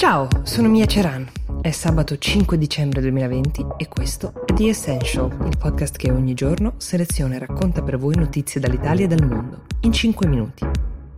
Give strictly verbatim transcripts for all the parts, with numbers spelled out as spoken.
Ciao, sono Mia Ceran. È sabato cinque dicembre duemilaventi e questo è The Essential, il podcast che ogni giorno seleziona e racconta per voi notizie dall'Italia e dal mondo, in cinque minuti.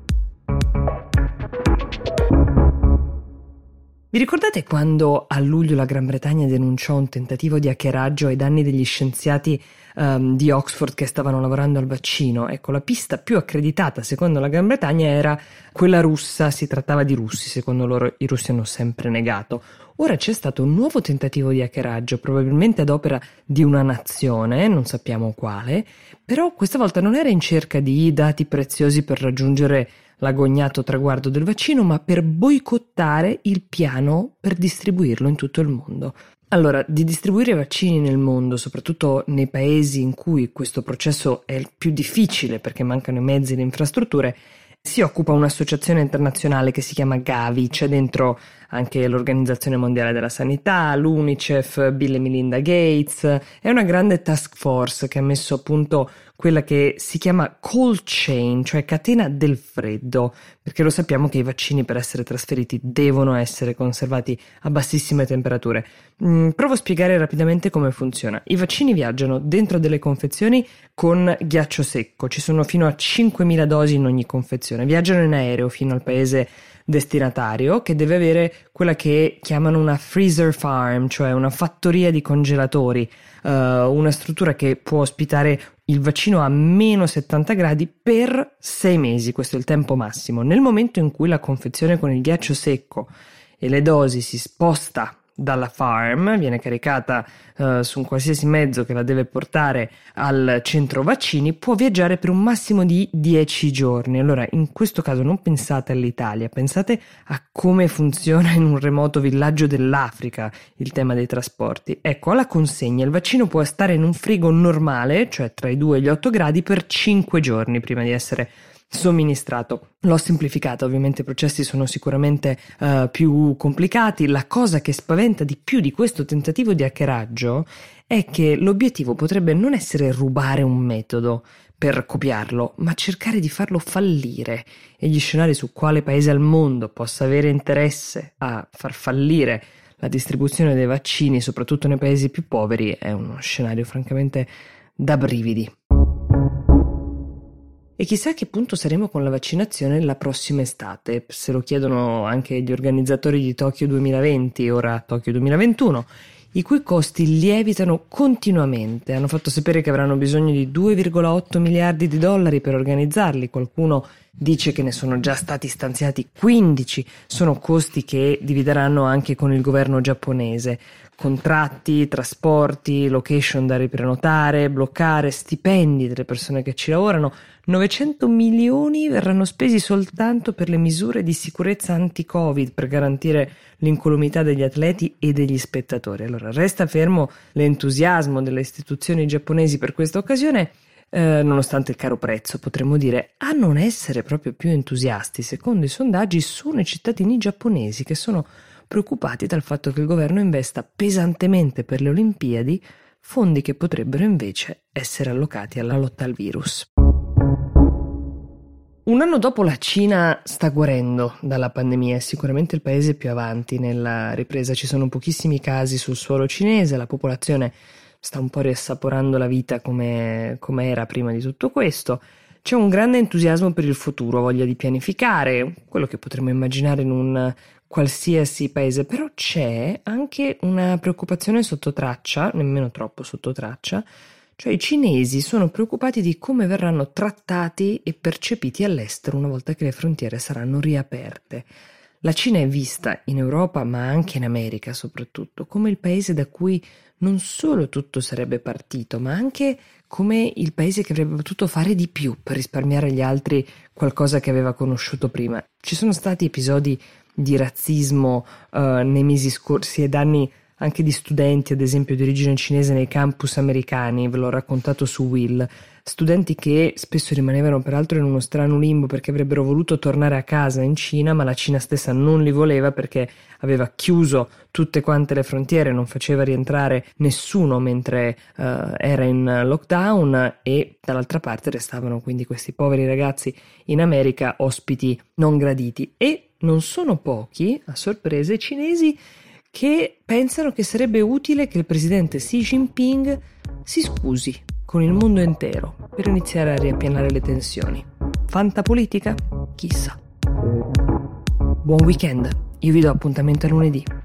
Vi ricordate quando a luglio la Gran Bretagna denunciò un tentativo di hackeraggio ai danni degli scienziati um, di Oxford che stavano lavorando al vaccino? Ecco, la pista più accreditata secondo la Gran Bretagna era quella russa, si trattava di russi, secondo loro i russi hanno sempre negato. Ora c'è stato un nuovo tentativo di hackeraggio, probabilmente ad opera di una nazione, non sappiamo quale, però questa volta non era in cerca di dati preziosi per raggiungere l'agognato traguardo del vaccino, ma per boicottare il piano per distribuirlo in tutto il mondo. Allora, di distribuire vaccini nel mondo, soprattutto nei paesi in cui questo processo è il più difficile perché mancano i mezzi e le infrastrutture, si occupa un'associazione internazionale che si chiama Gavi, c'è dentro anche l'Organizzazione Mondiale della Sanità, l'UNICEF, Bill e Melinda Gates, è una grande task force che ha messo a punto quella che si chiama cold chain, cioè catena del freddo, perché lo sappiamo che i vaccini per essere trasferiti devono essere conservati a bassissime temperature. Mm, provo a spiegare rapidamente come funziona. I vaccini viaggiano dentro delle confezioni con ghiaccio secco, ci sono fino a cinquemila dosi in ogni confezione, viaggiano in aereo fino al paese destinatario che deve avere quella che chiamano una freezer farm, cioè una fattoria di congelatori, uh, una struttura che può ospitare il vaccino a meno settanta gradi per sei mesi, questo è il tempo massimo. Nel momento in cui la confezione con il ghiaccio secco e le dosi si sposta dalla farm, viene caricata uh, su un qualsiasi mezzo che la deve portare al centro vaccini, può viaggiare per un massimo di dieci giorni. Allora, in questo caso non pensate all'Italia, pensate a come funziona in un remoto villaggio dell'Africa il tema dei trasporti. Ecco, alla consegna il vaccino può stare in un frigo normale, cioè tra i due e gli otto gradi, per cinque giorni prima di essere somministrato. L'ho semplificata, ovviamente i processi sono sicuramente uh, più complicati. La cosa che spaventa di più di questo tentativo di hackeraggio è che l'obiettivo potrebbe non essere rubare un metodo per copiarlo, ma cercare di farlo fallire, e gli scenari su quale paese al mondo possa avere interesse a far fallire la distribuzione dei vaccini, soprattutto nei paesi più poveri, è uno scenario francamente da brividi. E chissà a che punto saremo con la vaccinazione la prossima estate, se lo chiedono anche gli organizzatori di Tokyo duemilaventi, ora Tokyo duemilaventuno, i cui costi lievitano continuamente. Hanno fatto sapere che avranno bisogno di due virgola otto miliardi di dollari per organizzarli, qualcuno dice che ne sono già stati stanziati quindici, sono costi che divideranno anche con il governo giapponese. Contratti, trasporti, location da riprenotare, bloccare, stipendi delle persone che ci lavorano. novecento milioni verranno spesi soltanto per le misure di sicurezza anti-Covid per garantire l'incolumità degli atleti e degli spettatori. Allora, resta fermo l'entusiasmo delle istituzioni giapponesi per questa occasione, eh, nonostante il caro prezzo, potremmo dire. A non essere proprio più entusiasti, secondo i sondaggi, sono i cittadini giapponesi, che sono preoccupati dal fatto che il governo investa pesantemente per le Olimpiadi fondi che potrebbero invece essere allocati alla lotta al virus. Un anno dopo la Cina sta guarendo dalla pandemia, è sicuramente il paese più avanti nella ripresa, ci sono pochissimi casi sul suolo cinese, la popolazione sta un po' riassaporando la vita come, come era prima di tutto questo. C'è un grande entusiasmo per il futuro, voglia di pianificare, quello che potremmo immaginare in un qualsiasi paese, però c'è anche una preoccupazione sotto traccia, nemmeno troppo sotto traccia, cioè i cinesi sono preoccupati di come verranno trattati e percepiti all'estero una volta che le frontiere saranno riaperte. La Cina è vista in Europa, ma anche in America soprattutto, come il paese da cui non solo tutto sarebbe partito, ma anche come il paese che avrebbe potuto fare di più per risparmiare agli altri qualcosa che aveva conosciuto prima. Ci sono stati episodi di razzismo uh, nei mesi scorsi e danni anche di studenti, ad esempio di origine cinese, nei campus americani, ve l'ho raccontato su Will, studenti che spesso rimanevano peraltro in uno strano limbo perché avrebbero voluto tornare a casa in Cina, ma la Cina stessa non li voleva perché aveva chiuso tutte quante le frontiere, non faceva rientrare nessuno mentre uh, era in lockdown, e dall'altra parte restavano quindi questi poveri ragazzi in America, ospiti non graditi. E non sono pochi, a sorpresa, i cinesi che pensano che sarebbe utile che il presidente Xi Jinping si scusi con il mondo intero per iniziare a riappianare le tensioni. Fantapolitica? Chissà. Buon weekend, io vi do appuntamento a lunedì.